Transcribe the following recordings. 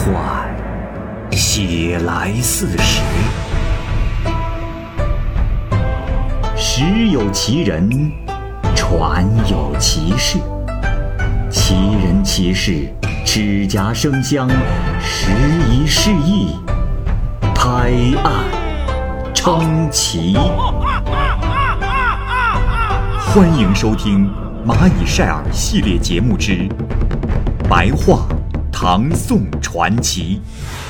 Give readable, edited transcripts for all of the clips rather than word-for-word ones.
幻，写来40。时有其人，传有其事。其人其事，指甲生香，时移世易，拍案称奇。欢迎收听蚂蚁晒尔系列节目之白话唐宋传奇。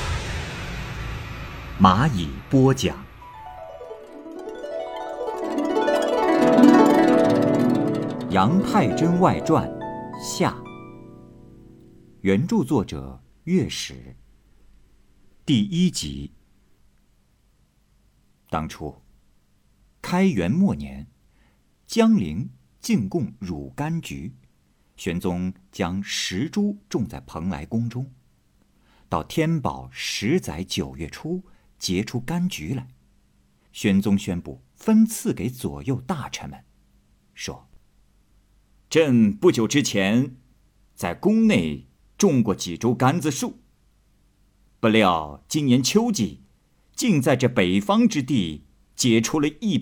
蚂蚁播讲。《杨太真外传》下，原著作者岳史，第1集。当初开元末年，江陵进贡乳柑橘，玄宗将10株种在蓬莱宫中。到天宝10载9月初，结出柑橘来。玄宗宣布分赐给左右大臣们，说：朕不久之前在宫内种过几株柑子树，不料今年秋季竟在这北方之地结出了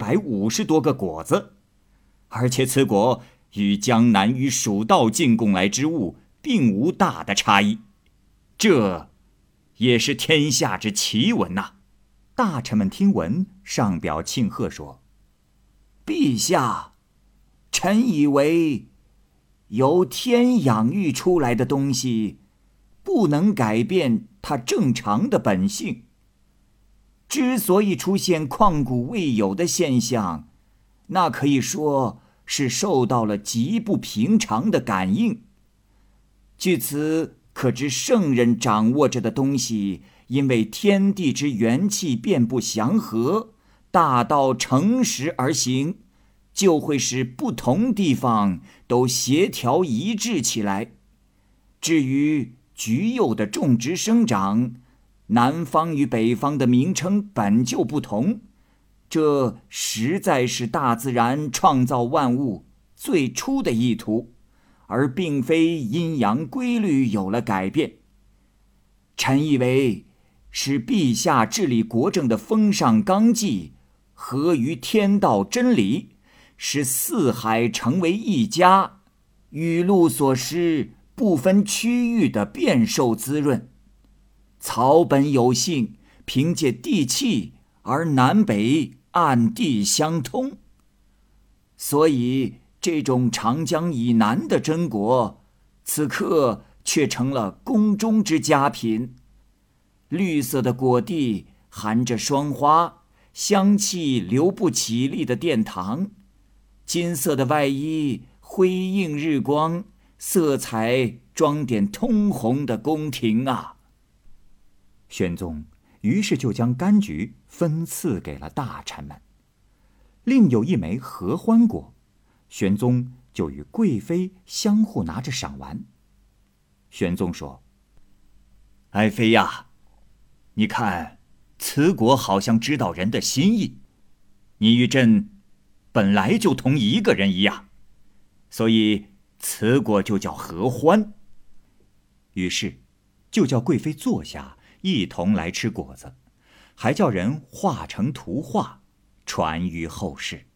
150多个果子，而且此果与江南与蜀道进贡来之物并无大的差异，这也是天下之奇闻呐。大臣们听闻，上表庆贺说：陛下，臣以为由天养育出来的东西不能改变它正常的本性，之所以出现旷古未有的现象，那可以说是受到了极不平常的感应。据此可知，圣人掌握着的东西，因为天地之元气遍不祥和，大道诚实而行，就会使不同地方都协调一致起来。至于橘柚的种植生长，南方与北方的名称本就不同，这实在是大自然创造万物最初的意图，而并非阴阳规律有了改变。臣以为是陛下治理国政的风尚纲纪合于天道真理，使四海成为一家，雨露所施不分区域的遍受滋润。草本有性，凭借地气而南北暗地相通，所以这种长江以南的榛果，此刻却成了宫中之佳品。绿色的果蒂含着霜花，香气流不起力的殿堂，金色的外衣辉映日光，色彩装点通红的宫廷啊。玄宗于是就将柑橘分赐给了大臣们。另有一枚合欢果，玄宗就与贵妃相互拿着赏玩。玄宗说：爱妃呀，你看此果好像知道人的心意，你与朕本来就同一个人一样，所以此果就叫合欢。于是就叫贵妃坐下，一同来吃果子，还叫人画成图画，传于后世。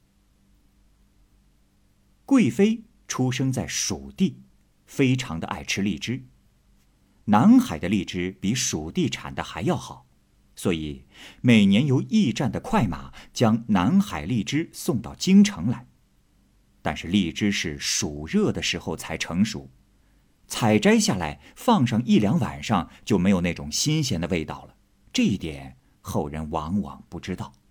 贵妃出生在蜀地，非常的爱吃荔枝。南海的荔枝比蜀地产的还要好，所以每年由驿站的快马将南海荔枝送到京城来。但是荔枝是暑热的时候才成熟，采摘下来放上1、2晚上就没有那种新鲜的味道了，这一点后人往往不知道。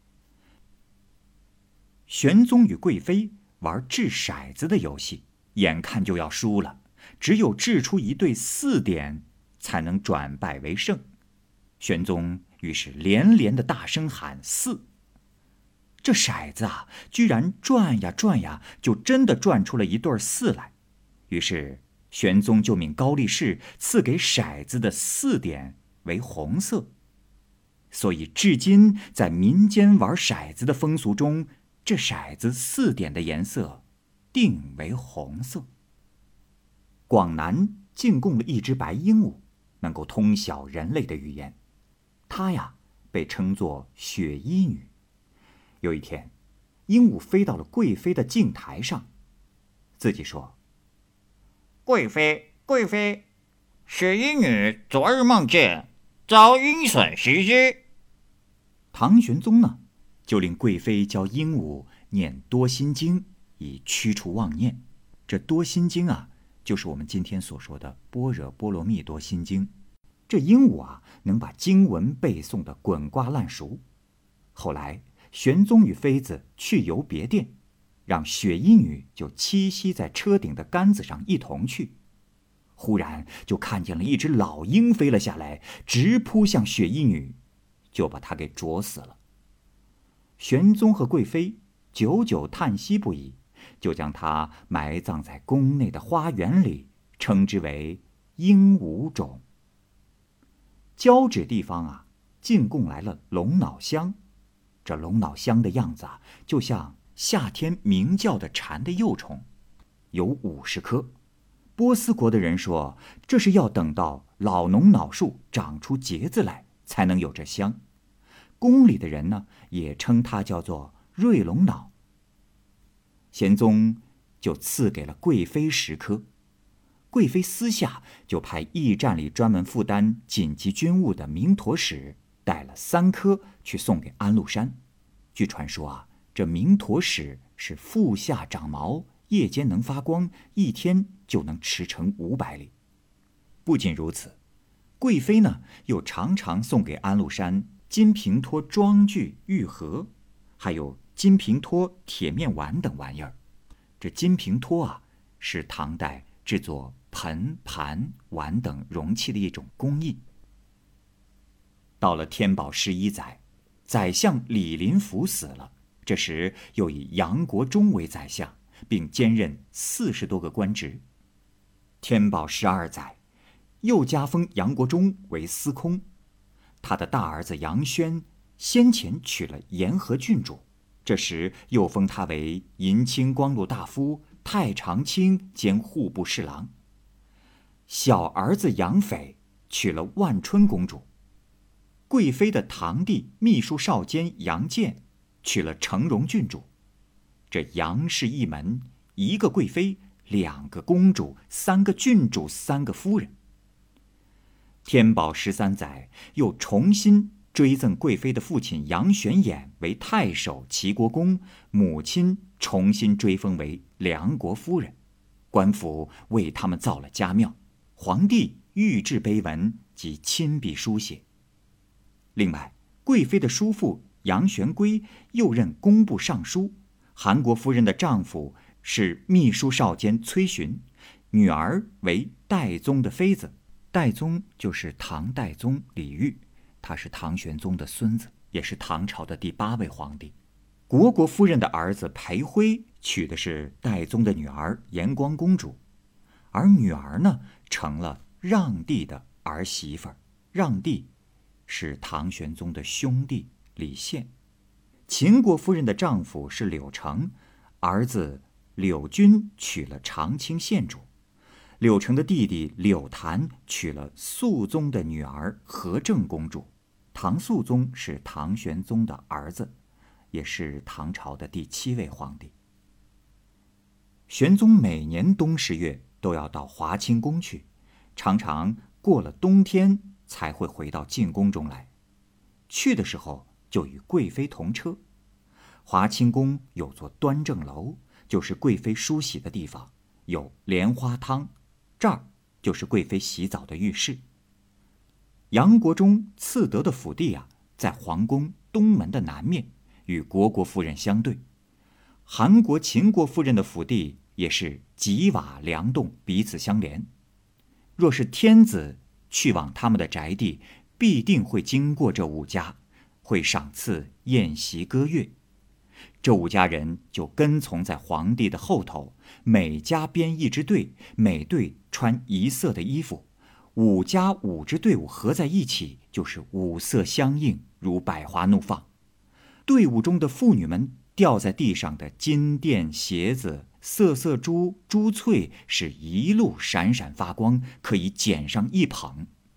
玄宗与贵妃玩掷骰子的游戏，眼看就要输了，只有掷出一对4点才能转败为胜。玄宗于是连连的大声喊4。这骰子居然转呀转呀，就真的转出了一对4来。于是玄宗就命高力士赐给骰子的4点为红色。所以至今在民间玩骰子的风俗中，这骰子4点的颜色定为红色。广南进贡了一只白鹦鹉， 能够通晓人类的语言。她呀，被称作雪衣女。有一天，鹦鹉飞到了贵妃的镜台上，自己说：“ 贵妃，贵妃，雪衣女昨日梦见遭鹰隼袭击。” 唐玄宗呢，就令贵妃教鹦鹉念多心经，以驱除妄念。这多心经啊，就是我们今天所说的般若波罗蜜多心经。这鹦鹉啊，能把经文背诵得滚瓜烂熟。后来，玄宗与妃子去游别殿，让雪衣女就栖息在车顶的杆子上一同去。忽然就看见了一只老鹰飞了下来，直扑向雪衣女，就把她给啄死了。玄宗和贵妃久久叹息不已，就将她埋葬在宫内的花园里，称之为鹦鹉冢。交趾地方啊，进贡来了龙脑香。这龙脑香的样子啊，就像夏天鸣叫的蝉的幼虫，有50颗。波斯国的人说，这是要等到老龙脑树长出节子来，才能有这香。宫里的人呢，也称它叫做瑞龙脑。玄宗就赐给了贵妃10颗。贵妃私下就派驿站里专门负担紧急军务的明陀使带了3颗去送给安禄山。据传说啊，这明陀使是腹下长毛，夜间能发光，一天就能驰骋500里。不仅如此，贵妃呢又常常送给安禄山金平托装具玉盒，还有金平托铁面碗等玩意儿。这金平托啊，是唐代制作盆、盘、碗等容器的一种工艺。到了天宝11载，宰相李林甫死了，这时又以杨国忠为宰相，并兼任40多个官职。天宝12载，又加封杨国忠为司空。他的大儿子杨宣先前娶了延和郡主，这时又封他为银青光禄大夫、太常卿兼户部侍郎。小儿子杨斐娶了万春公主。贵妃的堂弟秘书少监杨建娶了成荣郡主。这杨氏一门，1个贵妃，2个公主，3个郡主，3个夫人。天宝13载，又重新追赠贵妃的父亲杨玄琰为太守齐国公，母亲重新追封为梁国夫人。官府为他们造了家庙，皇帝御制碑文及亲笔书写。另外，贵妃的叔父杨玄圭又任工部尚书，韩国夫人的丈夫是秘书少监崔循，女儿为代宗的妃子。代宗就是唐代宗李煜，他是唐玄宗的孙子，也是唐朝的第8位皇帝。虢国夫人的儿子裴辉娶的是代宗的女儿延光公主，而女儿呢，成了让帝的儿媳妇儿。让帝是唐玄宗的兄弟李宪。秦国夫人的丈夫是柳成，儿子柳君娶了长清县主。柳成的弟弟柳谭娶了肃宗的女儿和正公主。唐肃宗是唐玄宗的儿子，也是唐朝的第7位皇帝。玄宗每年冬10月都要到华清宫去，常常过了冬天才会回到进宫中来。去的时候就与贵妃同车。华清宫有座端正楼，就是贵妃梳洗的地方，有莲花汤，这儿就是贵妃洗澡的浴室。杨国忠赐得的府地啊，在皇宫东门的南面，与虢国夫人相对。韩国、秦国夫人的府地也是几瓦梁栋彼此相连。若是天子去往他们的宅地，必定会经过这5家，会赏赐宴席歌乐。这5家人就跟从在皇帝的后头，每家编一支队，每队穿1色的衣服，5家5支队伍合在一起，就是5色相映，如百花怒放。队伍中的妇女们掉在地上的金钿鞋子、色色珠、珠翠是一路闪闪发光，可以捡上一捧。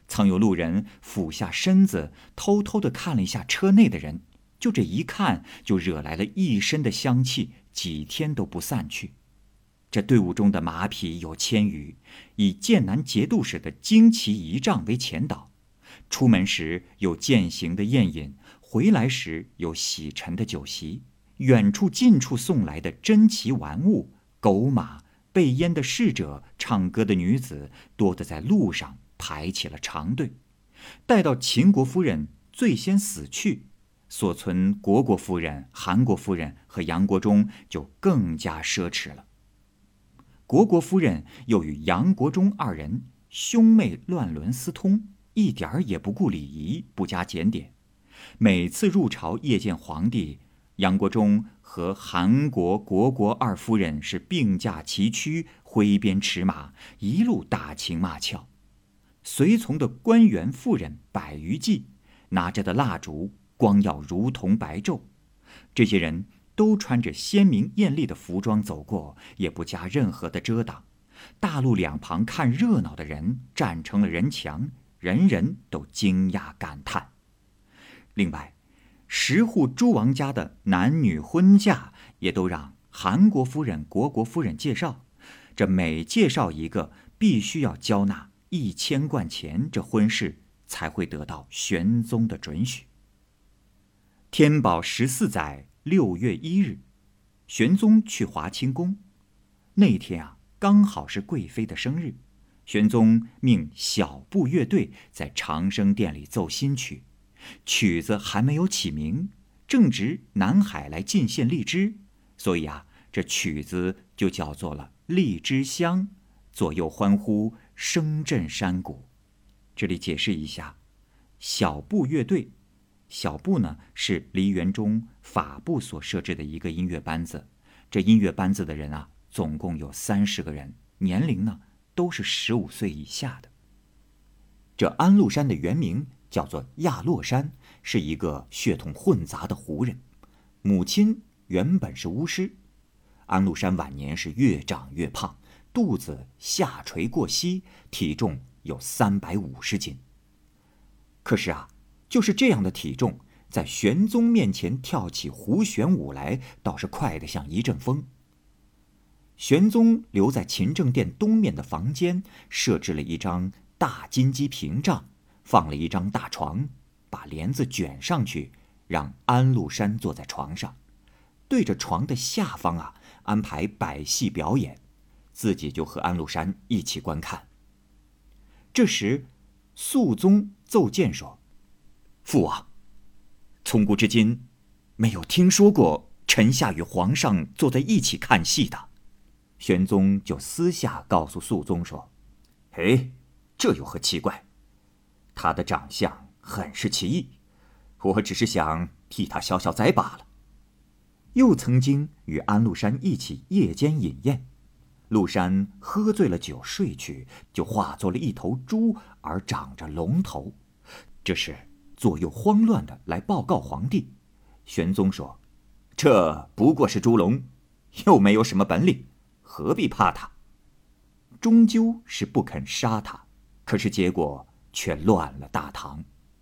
曾有路人俯下身子，偷偷地看了一下车内的人，就这一看，就惹来了一身的香气，几天都不散去。这队伍中的马匹有1000余，以剑南节度使的旌旗仪仗为前导，出门时有饯行的宴饮，回来时有洗尘的酒席，远处近处送来的珍奇玩物，狗马、备烟的侍者、唱歌的女子，多得在路上排起了长队。待到秦国夫人最先死去，所存虢夫人、韩国夫人和杨国忠就更加奢侈了。虢夫人又与杨国忠2人兄妹乱伦私通，一点儿也不顾礼仪，不加检点。每次入朝谒见皇帝，杨国忠和韩国、虢2夫人是并驾齐驱，挥鞭驰马，一路打情骂俏。随从的官员妇人100余计，拿着的蜡烛光耀如同白昼。这些人都穿着鲜明艳丽的服装走过，也不加任何的遮挡。大路两旁看热闹的人站成了人墙，人人都惊讶感叹。另外10户诸王家的男女婚嫁也都让韩国夫人、虢夫人介绍，这每介绍一个，必须要交纳1000贯钱，这婚事才会得到玄宗的准许。天宝14载6月1日，玄宗去华清宫。那天啊，刚好是贵妃的生日，玄宗命小步乐队在长生殿里奏新曲，曲子还没有起名，正值南海来进献荔枝，所以啊，这曲子就叫做了《荔枝香》，左右欢呼，声震山谷。这里解释一下，小步乐队，小步呢是梨园中法部所设置的一个音乐班子，这音乐班子的人啊，总共有30个人，年龄呢都是15岁以下的。这安禄山的原名叫做亚洛山，是一个血统混杂的胡人，母亲原本是巫师。安禄山晚年是越长越胖，肚子下垂过膝，体重有350斤。可是啊，就是这样的体重，在玄宗面前跳起胡旋舞来，倒是快得像一阵风。玄宗留在勤政殿东面的房间，设置了一张大金鸡屏障，放了一张大床，把帘子卷上去，让安禄山坐在床上，对着床的下方啊，安排百戏表演，自己就和安禄山一起观看。这时肃宗奏谏说：“父王，从古至今没有听说过臣下与皇上坐在一起看戏的。”玄宗就私下告诉肃宗说：“哎，这有何奇怪？他的长相很是奇异，我只是想替他消消灾罢了。”又曾经与安禄山一起夜间饮宴，禄山喝醉了酒睡去，就化作了一头猪，而长着龙头。这时左右慌乱的来报告皇帝。玄宗说：“这不过是猪笼，又没有什么本领，何必怕他？”终究是不肯杀他，可是结果却乱了大唐。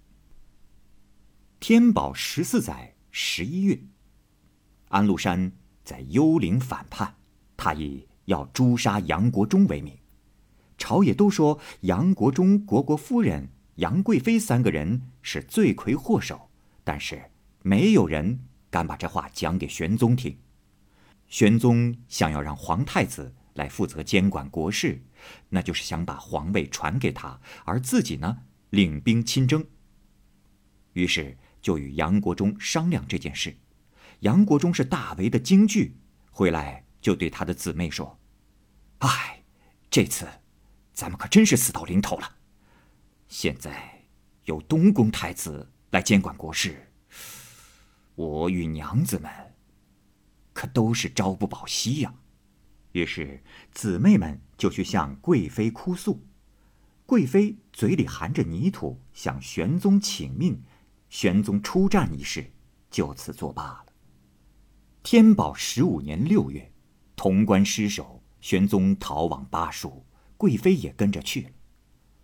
天宝14载11月，安禄山在幽灵反叛，他以要诛杀杨国忠为名。朝野都说杨国忠、虢夫人、杨贵妃3个人是罪魁祸首，但是没有人敢把这话讲给玄宗听。玄宗想要让皇太子来负责监管国事，那就是想把皇位传给他，而自己呢领兵亲征。于是就与杨国忠商量这件事。杨国忠是大为的惊惧，回来就对他的姊妹说：“哎，这次咱们可真是死到临头了。现在由东宫太子来监管国事，我与娘子们可都是朝不保夕呀。”于是姊妹们就去向贵妃哭诉。贵妃嘴里含着泥土，向玄宗请命，玄宗出战一事就此作罢了。天宝15年6月，潼关失守，玄宗逃往巴蜀，贵妃也跟着去了。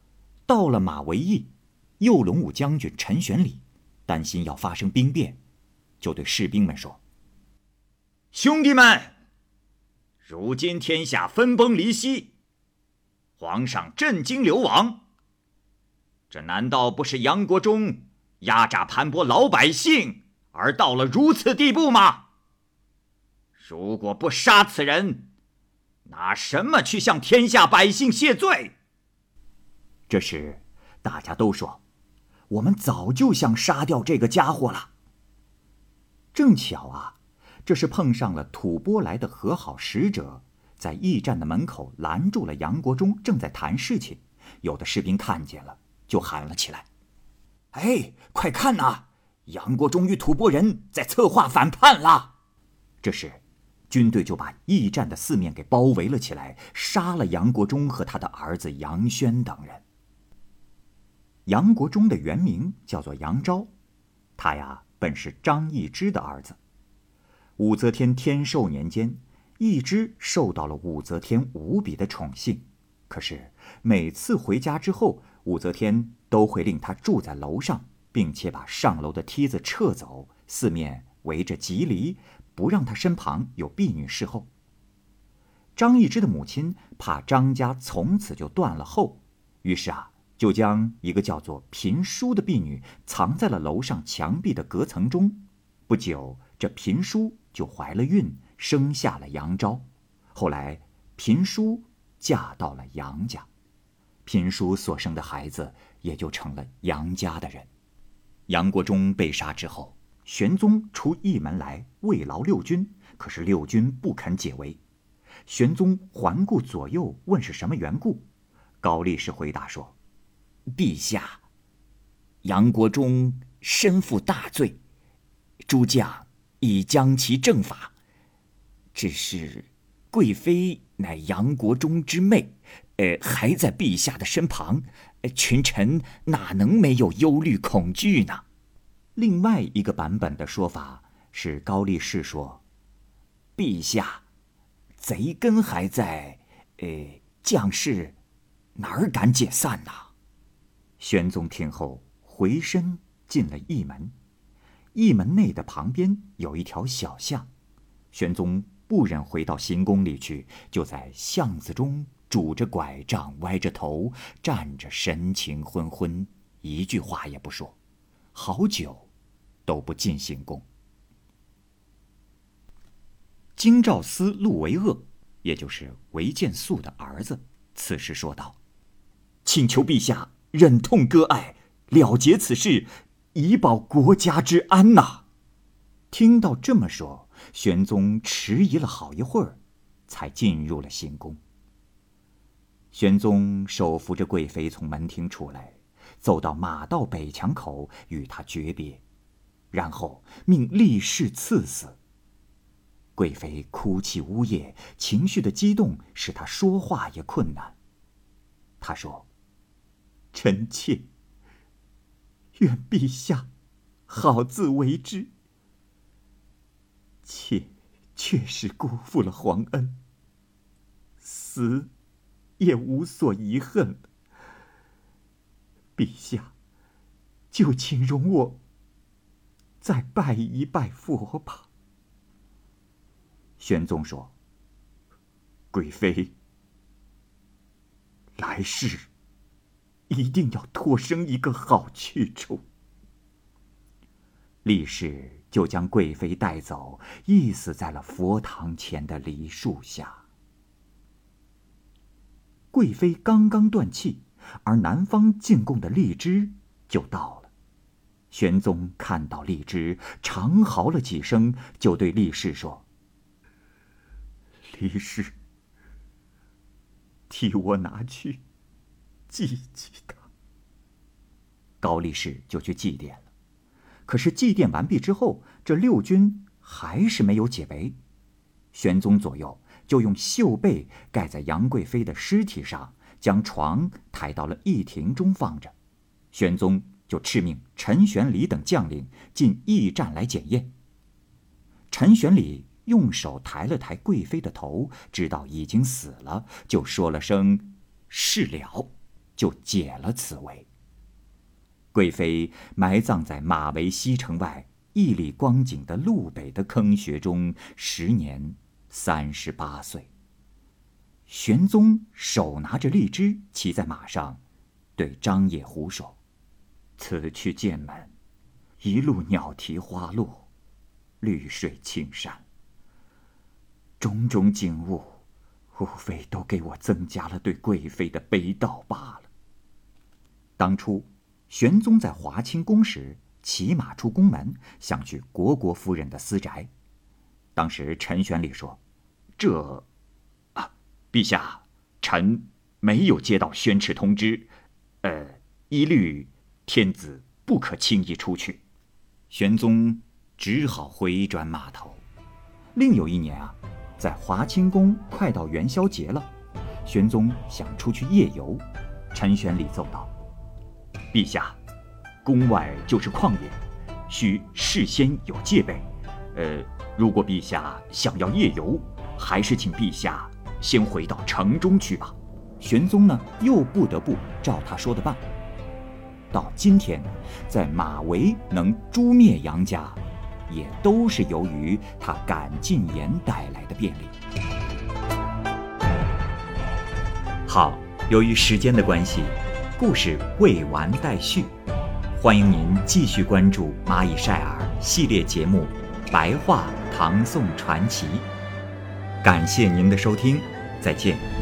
到了马嵬驿，右龙武将军陈玄礼担心要发生兵变，就对士兵们说：“兄弟们，如今天下分崩离析，皇上震惊流亡，这难道不是杨国忠压榨盘剥老百姓而到了如此地步吗？如果不杀此人，拿什么去向天下百姓谢罪？”这时大家都说：“我们早就想杀掉这个家伙了。”正巧啊，这是碰上了吐蕃来的和好使者，在驿站的门口拦住了杨国忠，正在谈事情。有的士兵看见了，就喊了起来：“哎，快看呐，杨国忠与吐蕃人在策划反叛了！”这时军队就把驿站的四面给包围了起来，杀了杨国忠和他的儿子杨轩等人。杨国忠的原名叫做杨昭，他呀本是张易之的儿子。武则天天寿年间，易之受到了武则天无比的宠幸，可是每次回家之后，武则天都会令他住在楼上，并且把上楼的梯子撤走，四面围着极篱，不让他身旁有婢女侍候。张易之的母亲怕张家从此就断了后，于是就将一个叫做嫔淑的婢女藏在了楼上墙壁的隔层中。不久，这嫔淑就怀了孕，生下了杨昭。后来嫔淑嫁到了杨家，嫔淑所生的孩子也就成了杨家的人。杨国忠被杀之后，玄宗出驿门来慰劳六军，可是六军不肯解围。玄宗环顾左右，问是什么缘故。高力士回答说：“陛下，杨国忠身负大罪，诸将已将其正法。只是贵妃乃杨国忠之妹，还在陛下的身旁，群臣哪能没有忧虑恐惧呢？”另外一个版本的说法是高力士说：“陛下，贼根还在，将士哪儿敢解散呐？”玄宗听后回身进了驿门，驿门内的旁边有一条小巷，玄宗不忍回到行宫里去，就在巷子中拄着拐杖，歪着头站着，神情昏昏，一句话也不说，好久都不进行宫。京兆司陆维鄂，也就是韦见素的儿子，此时说道：“请求陛下忍痛割爱，了结此事，以保国家之安呐！”听到这么说，玄宗迟疑了好一会儿，才进入了行宫。玄宗手扶着贵妃从门厅出来，走到马道北墙口与她诀别，然后命立侍赐死。贵妃哭泣呜咽，情绪的激动使她说话也困难。她说：“臣妾愿陛下好自为之，妾确实辜负了皇恩，死也无所遗恨了。陛下就请容我再拜一拜佛吧。”玄宗说：“贵妃，来世一定要托生一个好去处。”立侍就将贵妃带走，缢死在了佛堂前的梨树下。贵妃刚刚断气，而南方进贡的荔枝就到了。玄宗看到荔枝，长嚎了几声，就对立侍说：“立侍，替我拿去祭祭他。”高力士就去祭奠了。可是祭奠完毕之后，这六军还是没有解围。玄宗左右就用绣被盖在杨贵妃的尸体上，将床抬到了驿亭中放着。玄宗就敕命陈玄礼等将领进驿站来检验。陈玄礼用手抬了抬贵妃的头，知道已经死了，就说了声“是了”， 就解了此围。贵妃埋葬在马嵬西城外1里光景的路北的坑穴中，时年38岁。玄宗手拿着荔枝，骑在马上，对张掖湖说：“此去剑门，一路鸟啼花落，绿水青山，种种景物，无非都给我增加了对贵妃的悲悼罢了。”当初玄宗在华清宫时，骑马出宫门，想去虢国夫人的私宅。当时陈玄礼说：“陛下，臣没有接到宣敕通知，一律天子不可轻易出去。”玄宗只好回转马头。另有一年在华清宫快到元宵节了，玄宗想出去夜游，陈玄礼奏道：“陛下，宫外就是旷野，需事先有戒备。如果陛下想要夜游，还是请陛下先回到城中去吧。”玄宗呢，又不得不照他说的办。到今天，在马嵬能诛灭杨家，也都是由于他赶进言带来的便利。好，由于时间的关系，故事未完待续，欢迎您继续关注蚂蚁晒尔系列节目《白话唐宋传奇》。感谢您的收听，再见。